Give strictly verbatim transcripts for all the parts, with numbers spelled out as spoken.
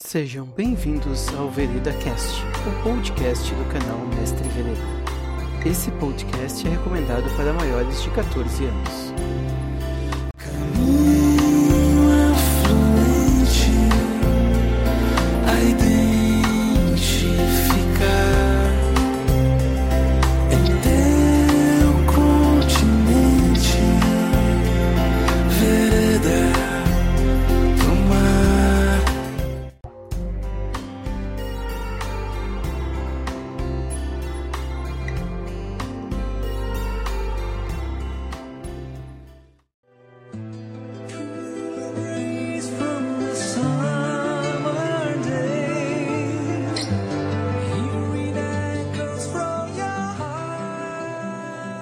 Sejam bem-vindos ao Vereda Cast, o podcast do canal Mestre Vereda. Esse podcast é recomendado para maiores de catorze anos. Caminho afluente a identificar em teu continente, vereda do mar. Breeze from the summer day, hearing echoes from your heart.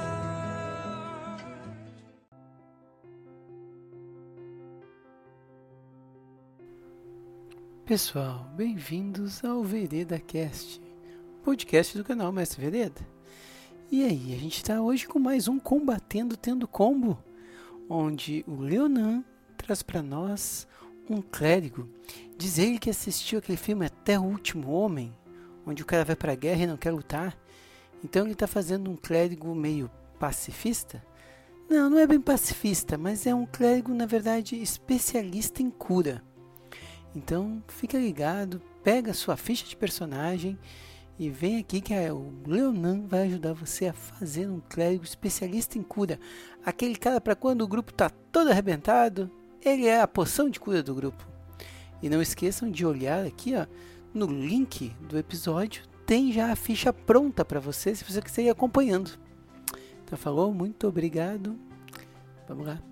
Pessoal, bem-vindos ao Vereda Cast, podcast do canal Mestre Vereda. E aí, a gente está hoje com mais um Combatendo Tendo Combo, onde o Leonan traz para nós um clérigo. Diz ele que assistiu aquele filme Até o Último Homem, onde o cara vai para a guerra e não quer lutar. Então ele está fazendo um clérigo meio pacifista. Não, não é bem pacifista, mas é um clérigo, na verdade, especialista em cura. Então fica ligado, pega a sua ficha de personagem e vem aqui que a- o Leonan vai ajudar você a fazer um clérigo especialista em cura. Aquele cara para quando o grupo está todo arrebentado, ele é a poção de cura do grupo. E não esqueçam de olhar aqui, ó, no link do episódio, tem já a ficha pronta para você, se você quiser ir acompanhando. Então falou, muito obrigado. Vamos lá.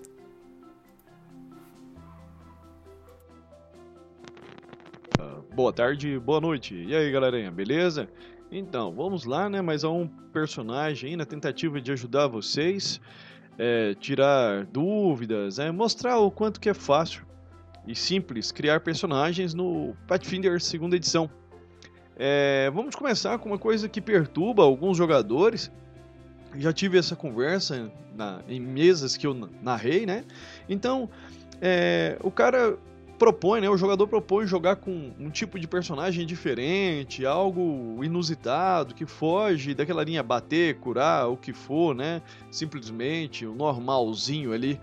Boa tarde, boa noite. E aí, galerinha, beleza? Então, vamos lá, né? Mais um personagem aí na tentativa de ajudar vocês, é, tirar dúvidas, é, mostrar o quanto que é fácil e simples criar personagens no Pathfinder segunda edição. É, vamos começar com uma coisa que perturba alguns jogadores. Já tive essa conversa na- em mesas que eu narrei, né? Então, é, o cara propõe, né? O jogador propõe jogar com um tipo de personagem diferente, algo inusitado, que foge daquela linha bater, curar, o que for, né? Simplesmente o normalzinho ali.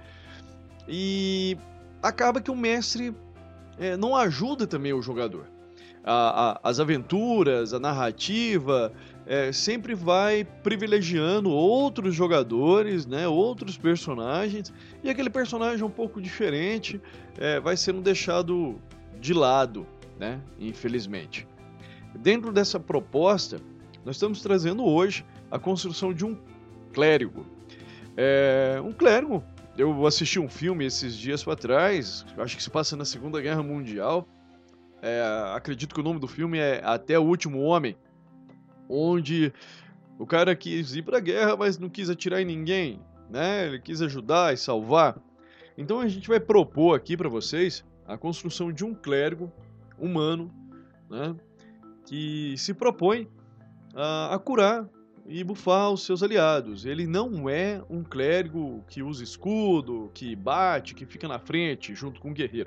E acaba que o mestre é, não ajuda também o jogador. A- a- as aventuras, a narrativa, é, sempre vai privilegiando outros jogadores, né, outros personagens, e aquele personagem um pouco diferente é, vai sendo deixado de lado, né, infelizmente. Dentro dessa proposta, nós estamos trazendo hoje a construção de um clérigo. É, um clérigo, eu assisti um filme esses dias para trás, acho que se passa na Segunda Guerra Mundial. É, acredito que o nome do filme é Até o Último Homem, onde o cara quis ir para a guerra, mas não quis atirar em ninguém, né? Ele quis ajudar e salvar. Então a gente vai propor aqui para vocês a construção de um clérigo humano, né? Que se propõe a, a curar e bufar os seus aliados. Ele não é um clérigo que usa escudo, que bate, que fica na frente junto com o guerreiro.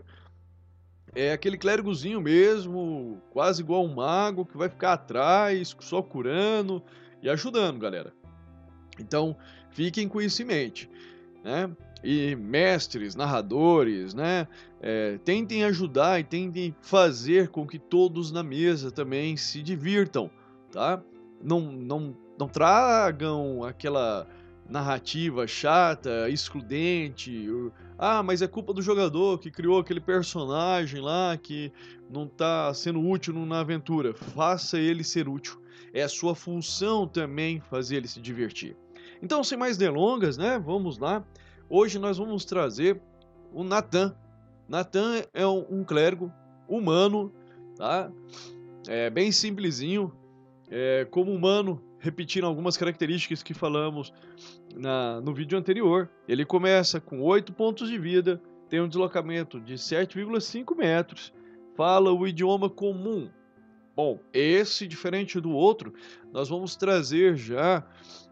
É aquele clérigozinho mesmo, quase igual um mago, que vai ficar atrás, só curando e ajudando, galera. Então, fiquem com isso em mente, né? E mestres, narradores, né? É, tentem ajudar e tentem fazer com que todos na mesa também se divirtam, tá? Não, não, não tragam aquela narrativa chata, excludente. o- Ah, mas é culpa do jogador que criou aquele personagem lá que não está sendo útil na aventura. Faça ele ser útil. É a sua função também fazer ele se divertir. Então, sem mais delongas, né? Vamos lá. Hoje nós vamos trazer o Nathan. Nathan é um, um clérigo humano, tá? É bem simplesinho. É, como humano, repetindo algumas características que falamos na, no vídeo anterior. Ele começa com oito pontos de vida, tem um deslocamento de sete vírgula cinco metros, fala o idioma comum. Bom, esse, diferente do outro, nós vamos trazer já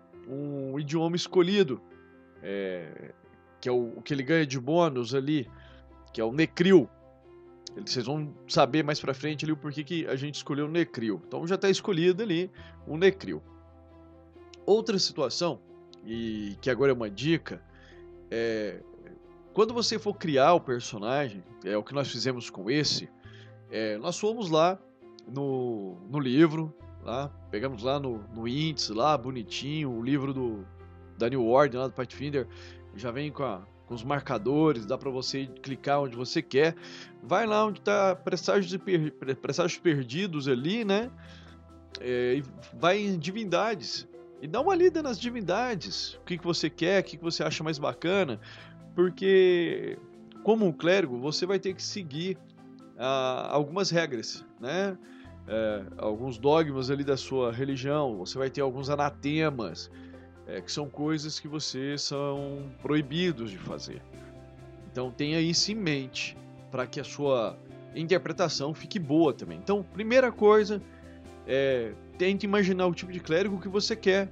um idioma escolhido, é, que é o, o que ele ganha de bônus ali, que é o Necril. Vocês vão saber mais pra frente ali o porquê que a gente escolheu o Necril. Então já está escolhido ali o Necril. Outra situação, e que agora é uma dica, é quando você for criar o personagem, é o que nós fizemos com esse, é, nós fomos lá no, no livro, lá, pegamos lá no, no índice, lá bonitinho, o livro do, da New Order, lá do Pathfinder, já vem com, a, com os marcadores, dá para você clicar onde você quer, vai lá onde está presságios, per, presságios perdidos ali, né, é, e vai em divindades, e dá uma lida nas divindades, o que, que você quer, o que, que você acha mais bacana, porque como um clérigo você vai ter que seguir ah, algumas regras, né? É, alguns dogmas ali da sua religião, você vai ter alguns anatemas, é, que são coisas que você são proibidos de fazer. Então tenha isso em mente para que a sua interpretação fique boa também. Então, primeira coisa, é, tente imaginar o tipo de clérigo que você quer.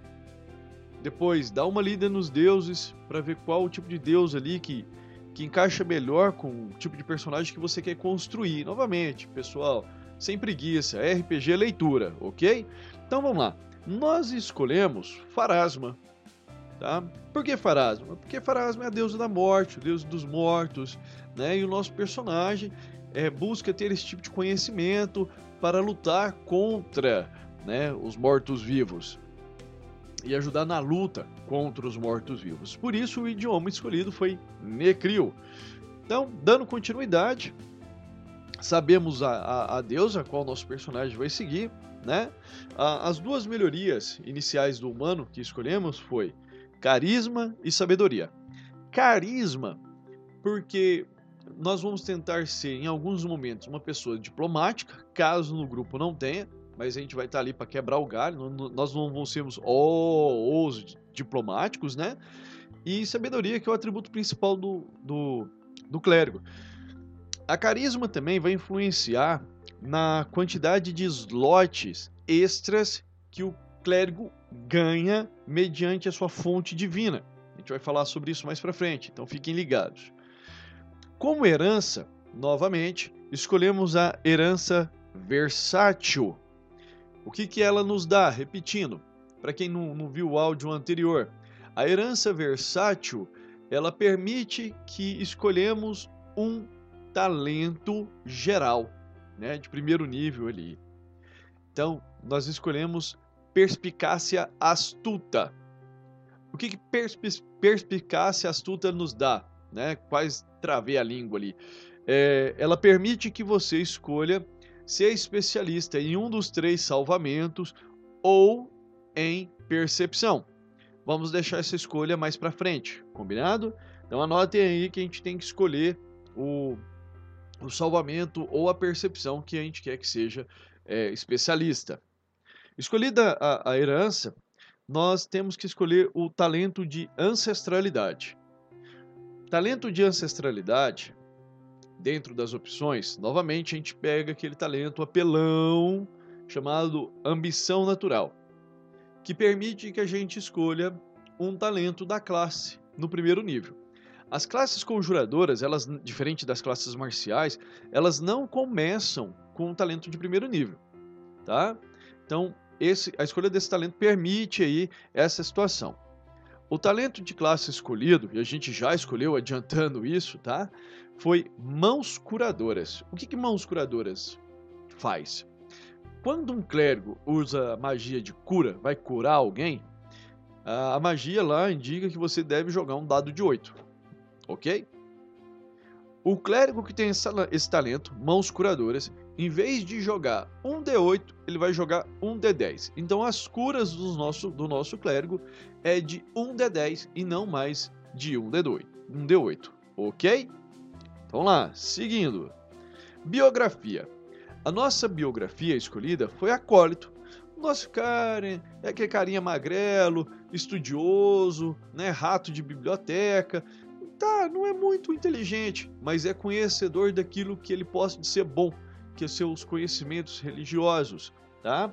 Depois, dá uma lida nos deuses para ver qual o tipo de deus ali que, que encaixa melhor com o tipo de personagem que você quer construir. Novamente, pessoal, sem preguiça, R P G é leitura, ok? Então vamos lá. Nós escolhemos Pharasma, tá? Por que Pharasma? Porque Pharasma é a deusa da morte, o deus dos mortos, né? E o nosso personagem é, busca ter esse tipo de conhecimento para lutar contra, né, os mortos-vivos e ajudar na luta contra os mortos-vivos. Por isso o idioma escolhido foi Necril. Então, dando continuidade, sabemos a, a, a deusa a qual nosso personagem vai seguir, né? A, as duas melhorias iniciais do humano que escolhemos foi carisma e sabedoria. Carisma, porque nós vamos tentar ser, em alguns momentos, uma pessoa diplomática, caso no grupo não tenha, mas a gente vai estar ali para quebrar o galho, nós não vamos sermos oh, os diplomáticos, né? E sabedoria, que é o atributo principal do, do, do clérigo. A carisma também vai influenciar na quantidade de slots extras que o clérigo ganha mediante a sua fonte divina. A gente vai falar sobre isso mais para frente, então fiquem ligados. Como herança, novamente, escolhemos a herança versátil. O que, que ela nos dá? Repetindo, para quem não, não viu o áudio anterior, a herança versátil, ela permite que escolhemos um talento geral, né, de primeiro nível ali. Então, nós escolhemos perspicácia astuta. O que, que perspi- perspicácia astuta nos dá? Né? Quase travei a língua ali. É, ela permite que você escolha ser especialista em um dos três salvamentos ou em percepção. Vamos deixar essa escolha mais para frente, combinado? Então anotem aí que a gente tem que escolher o, o salvamento ou a percepção que a gente quer que seja é, especialista. Escolhida a, a herança, nós temos que escolher o talento de ancestralidade. Talento de ancestralidade, dentro das opções, novamente a gente pega aquele talento apelão chamado ambição natural, que permite que a gente escolha um talento da classe no primeiro nível. As classes conjuradoras, elas, diferente das classes marciais, elas não começam com um talento de primeiro nível, tá? Então, esse, a escolha desse talento permite aí essa situação. O talento de classe escolhido, e a gente já escolheu adiantando isso, tá? Foi mãos curadoras. O que, que mãos curadoras faz? Quando um clérigo usa magia de cura, vai curar alguém, a magia lá indica que você deve jogar um dado de oito, ok? O clérigo que tem esse talento, mãos curadoras, em vez de jogar um D oito, ele vai jogar um D dez. Então as curas do nosso, do nosso clérigo é de um D dez e não mais de um D oito, ok? Então vamos lá, seguindo. Biografia. A nossa biografia escolhida foi Acólito. O nosso cara é aquele carinha magrelo, estudioso, né, rato de biblioteca. Tá, não é muito inteligente, mas é conhecedor daquilo que ele pode ser bom, que são seus conhecimentos religiosos, tá?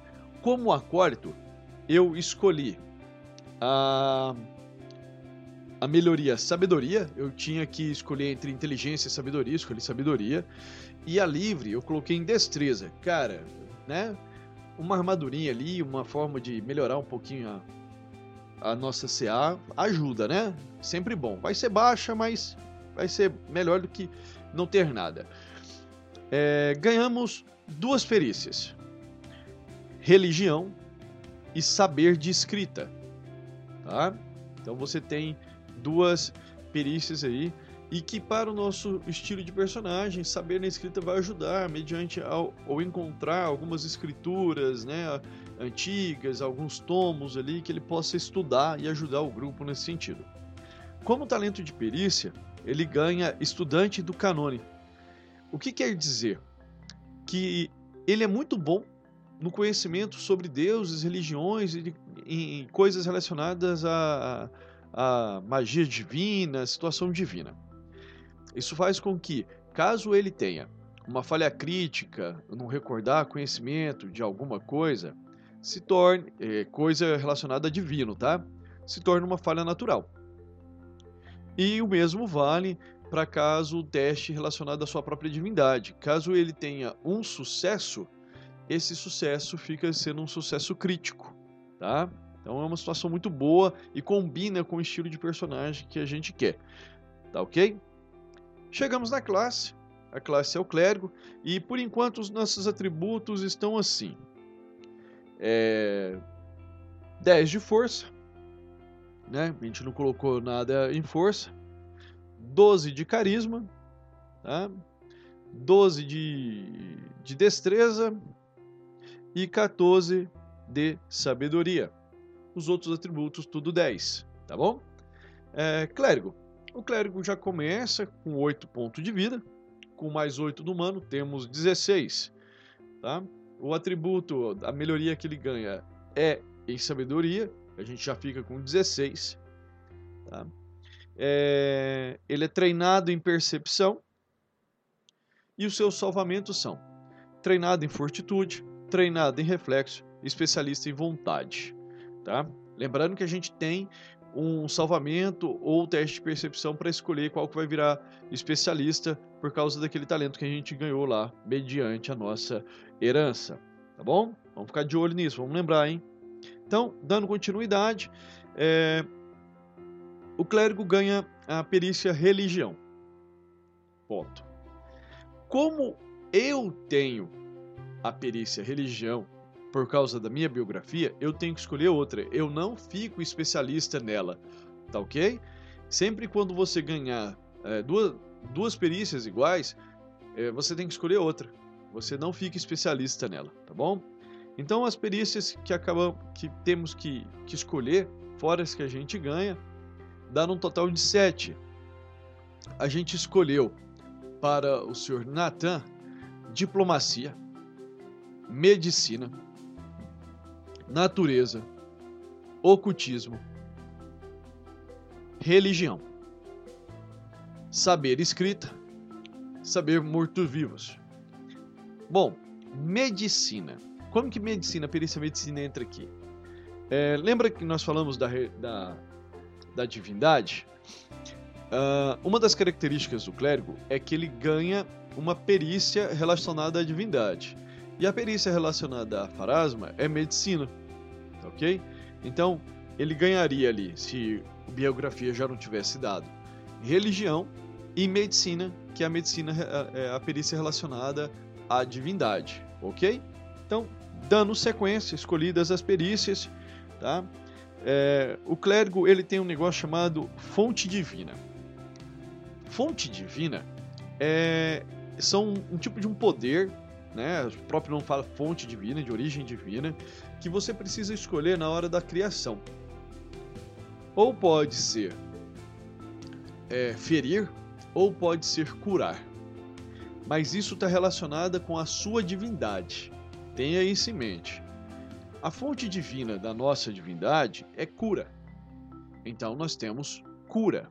Como acólito, eu escolhi a a melhoria sabedoria, eu tinha que escolher entre inteligência e sabedoria, escolhi sabedoria. E a livre eu coloquei em destreza. Cara, né? Uma armadurinha ali, uma forma de melhorar um pouquinho a, a nossa C A ajuda, né? Sempre bom. Vai ser baixa, mas vai ser melhor do que não ter nada. É, ganhamos duas perícias: religião e saber de escrita, tá? Então você tem duas perícias aí, e que para o nosso estilo de personagem, saber na escrita vai ajudar mediante ao, ao encontrar algumas escrituras, né, antigas, alguns tomos ali que ele possa estudar e ajudar o grupo nesse sentido. Como talento de perícia, ele ganha estudante do canone. O que quer dizer? Que ele é muito bom no conhecimento sobre deuses, religiões e em coisas relacionadas a, a magia divina, situação divina. Isso faz com que, caso ele tenha uma falha crítica, não recordar conhecimento de alguma coisa, se torne é, coisa relacionada a divino, tá? Se torne uma falha natural. E o mesmo vale para caso o teste relacionado à sua própria divindade. Caso ele tenha um sucesso, esse sucesso fica sendo um sucesso crítico, tá? Então é uma situação muito boa e combina com o estilo de personagem que a gente quer, tá ok? Chegamos na classe, a classe é o clérigo, e por enquanto os nossos atributos estão assim. É... dez de força, né? A gente não colocou nada em força. doze de carisma, tá? doze de, de destreza e quatorze de sabedoria. Os outros atributos tudo dez, tá bom? É, clérigo. O clérigo já começa com oito pontos de vida, com mais oito do humano, temos dezesseis. Tá? O atributo, a melhoria que ele ganha é em sabedoria, a gente já fica com dezesseis. Tá? É, ele é treinado em percepção, e os seus salvamentos são treinado em fortitude, treinado em reflexo, especialista em vontade. Tá? Lembrando que a gente tem um salvamento ou teste de percepção para escolher qual que vai virar especialista por causa daquele talento que a gente ganhou lá, mediante a nossa herança, tá bom? Vamos ficar de olho nisso, vamos lembrar, hein? Então, dando continuidade, é... o clérigo ganha a perícia religião. Ponto. Como eu tenho a perícia religião, por causa da minha biografia, eu tenho que escolher outra. Eu não fico especialista nela, tá ok? Sempre quando você ganhar é, duas, duas perícias iguais, é, você tem que escolher outra. Você não fica especialista nela, tá bom? Então as perícias que acabam, que temos que, que escolher, fora as que a gente ganha, dá um total de sete. A gente escolheu para o senhor Nathan diplomacia, medicina, natureza, ocultismo, religião, saber escrita, saber mortos-vivos. Bom, medicina. Como que medicina, perícia medicina entra aqui? É, lembra que nós falamos da, da, da divindade? Uh, uma das características do clérigo é que ele ganha uma perícia relacionada à divindade. E a perícia relacionada a Pharasma é medicina, ok? Então, ele ganharia ali, se a biografia já não tivesse dado, religião e medicina, que é a medicina, é a perícia relacionada à divindade, ok? Então, dando sequência, escolhidas as perícias, tá? É, o clérigo, ele tem um negócio chamado fonte divina. Fonte divina é, são um tipo de um poder, né? O próprio nome fala fonte divina, de origem divina, que você precisa escolher na hora da criação. Ou pode ser é, ferir, ou pode ser curar. Mas isso está relacionado com a sua divindade. Tenha isso em mente. A fonte divina da nossa divindade é cura. Então nós temos cura.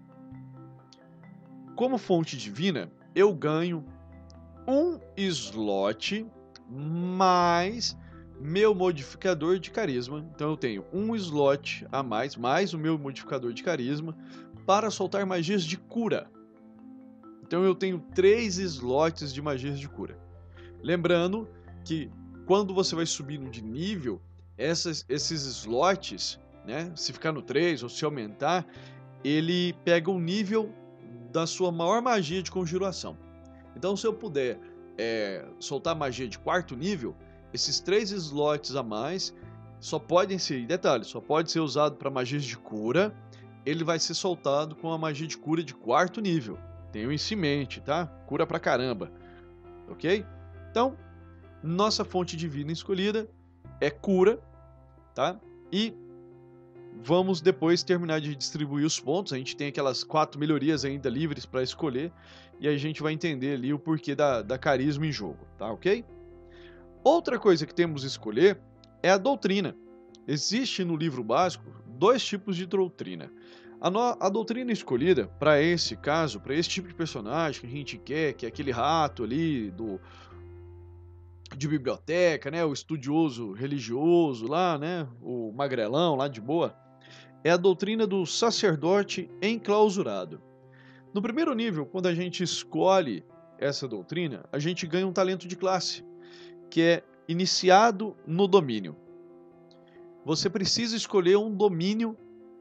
Como fonte divina, eu ganho um slot mais meu modificador de carisma. Então eu tenho um slot a mais, mais o meu modificador de carisma, para soltar magias de cura. Então eu tenho três slots de magias de cura. Lembrando que quando você vai subindo de nível, essas, esses slots, né, se ficar no três ou se aumentar, ele pega o nível da sua maior magia de conjuração. Então se eu puder é, soltar magia de quarto nível, esses três slots a mais só podem ser, detalhe, só pode ser usado para magias de cura. Ele vai ser soltado com a magia de cura de quarto nível. Tenham isso em mente, tá? Cura pra caramba. Ok? Então, nossa fonte divina escolhida é cura, tá? E vamos depois terminar de distribuir os pontos. A gente tem aquelas quatro melhorias ainda livres para escolher. E a gente vai entender ali o porquê da, da carisma em jogo, tá? Ok? Outra coisa que temos que escolher é a doutrina. Existe no livro básico dois tipos de doutrina. A, no, a doutrina escolhida para esse caso, para esse tipo de personagem que a gente quer, que é aquele rato ali do de biblioteca, né, o estudioso religioso lá, né, o magrelão lá de boa, é a doutrina do sacerdote enclausurado. No primeiro nível, quando a gente escolhe essa doutrina, a gente ganha um talento de classe, que é iniciado no domínio. Você precisa escolher um domínio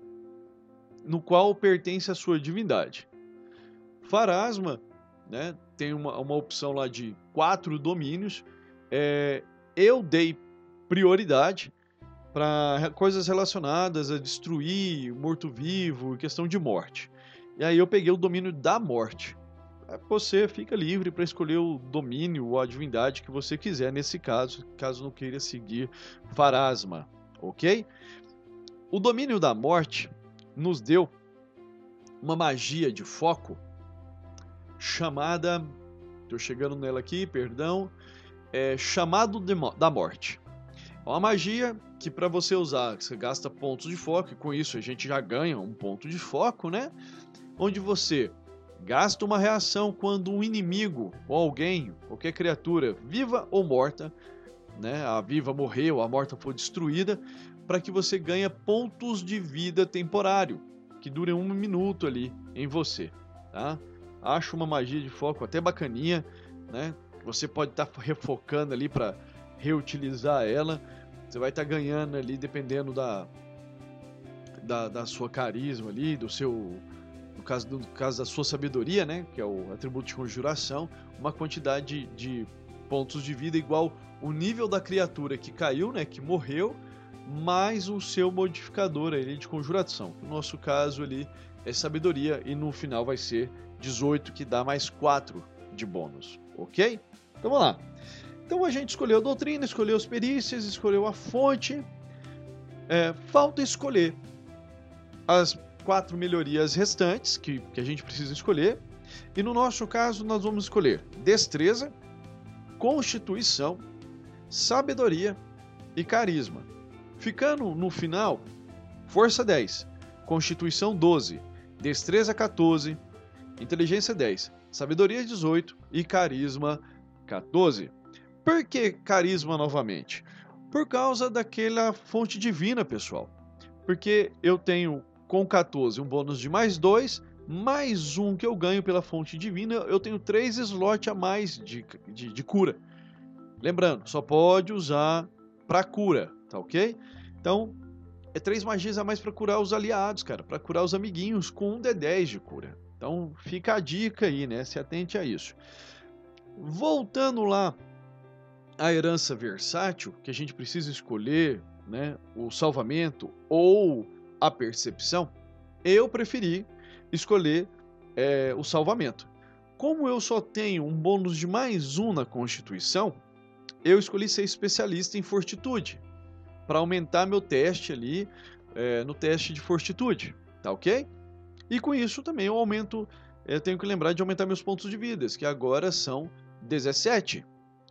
no qual pertence a sua divindade. Pharasma, né, tem uma, uma opção lá de quatro domínios. É, eu dei prioridade para coisas relacionadas a destruir morto-vivo, questão de morte. E aí eu peguei o domínio da morte. Você fica livre para escolher o domínio ou a divindade que você quiser nesse caso, caso não queira seguir Pharasma, ok? O domínio da morte nos deu uma magia de foco chamada, estou chegando nela aqui, perdão, é chamado de, da morte. É uma magia que para você usar, você gasta pontos de foco, e com isso a gente já ganha um ponto de foco, né? Onde você gasta uma reação quando um inimigo ou alguém, qualquer criatura, viva ou morta, né? A viva morreu, a morta foi destruída, para que você ganhe pontos de vida temporário, que durem um minuto ali em você, tá? Acho uma magia de foco até bacaninha, né? Você pode estar tá refocando ali para reutilizar ela. Você vai estar tá ganhando ali, dependendo da, da, da sua carisma ali, do seu, no caso, no caso da sua sabedoria, né? Que é o atributo de conjuração, uma quantidade de, de pontos de vida igual o nível da criatura que caiu, né? Que morreu, mais o seu modificador ali de conjuração. No nosso caso ali é sabedoria e no final vai ser dezoito, que dá mais quatro de bônus, ok? Então vamos lá. Então a gente escolheu a doutrina, escolheu as perícias, escolheu a fonte. É, falta escolher as quatro melhorias restantes que, que a gente precisa escolher. E no nosso caso nós vamos escolher destreza, constituição, sabedoria e carisma. Ficando no final, força dez, constituição doze, destreza quatorze, inteligência dez, sabedoria dezoito e carisma quatorze. Por que carisma novamente? Por causa daquela fonte divina, pessoal. Porque eu tenho com quatorze um bônus de mais dois, mais um que eu ganho pela fonte divina, eu tenho três slots a mais de, de, de cura. Lembrando, só pode usar para cura, tá ok? Então, é três magias a mais para curar os aliados, cara, para curar os amiguinhos com um D dez de cura. Então, fica a dica aí, né? Se atente a isso. Voltando lá à herança versátil, que a gente precisa escolher, né, o salvamento ou a percepção, eu preferi escolher é, o salvamento. Como eu só tenho um bônus de mais um na Constituição, eu escolhi ser especialista em fortitude, para aumentar meu teste ali, é, no teste de fortitude, tá ok? E com isso também eu aumento, eu tenho que lembrar de aumentar meus pontos de vidas, que agora são dezessete.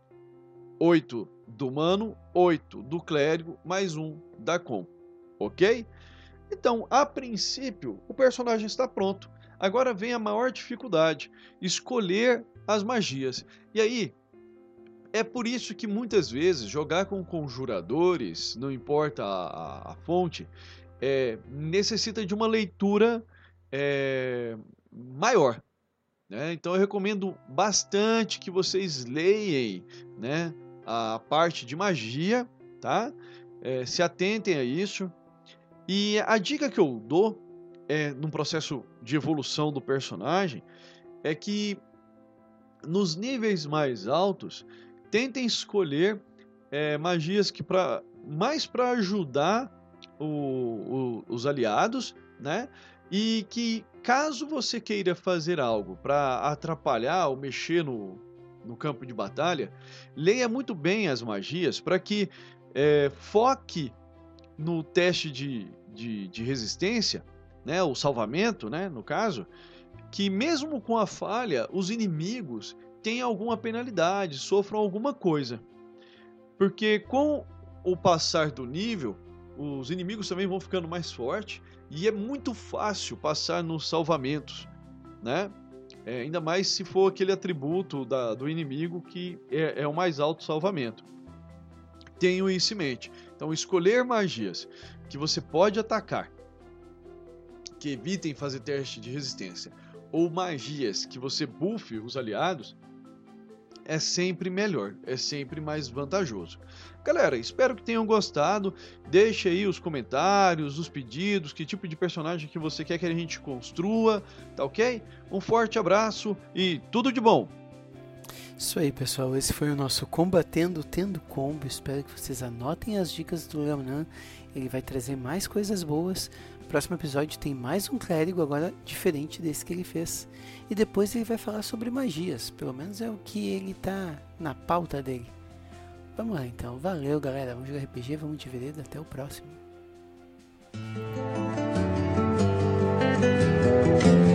oito do humano, oito do clérigo, mais um da com, ok? Então, a princípio, o personagem está pronto. Agora vem a maior dificuldade, escolher as magias. E aí, é por isso que muitas vezes jogar com conjuradores, não importa a, a, a fonte, é, necessita de uma leitura é, maior. Né? Então eu recomendo bastante que vocês leiam, né, a parte de magia, tá? É, se atentem a isso. E a dica que eu dou é, num processo de evolução do personagem é que nos níveis mais altos tentem escolher é, magias que pra, mais para ajudar o, o, os aliados, né? E que caso você queira fazer algo para atrapalhar ou mexer no, no campo de batalha, leia muito bem as magias para que é, foque no teste de, de, de resistência, né, o salvamento, né, no caso, que mesmo com a falha, os inimigos tenham alguma penalidade, sofram alguma coisa. Porque com o passar do nível, os inimigos também vão ficando mais fortes e é muito fácil passar nos salvamentos, né? É, ainda mais se for aquele atributo da, do inimigo que é, é o mais alto salvamento. Tenham isso em mente. Então, escolher magias que você pode atacar, que evitem fazer teste de resistência, ou magias que você buffe os aliados, é sempre melhor, é sempre mais vantajoso. Galera, espero que tenham gostado. Deixe aí os comentários, os pedidos, que tipo de personagem que você quer que a gente construa, tá ok? Um forte abraço e tudo de bom! Isso aí, pessoal, esse foi o nosso Combatendo Tendo Combo. Espero que vocês anotem as dicas do Leonan. Ele vai trazer mais coisas boas. No próximo episódio tem mais um clérigo, agora diferente desse que ele fez. E depois ele vai falar sobre magias, pelo menos é o que ele tá na pauta dele. Vamos lá então, valeu galera, vamos jogar R P G, vamos de vereda, até o próximo.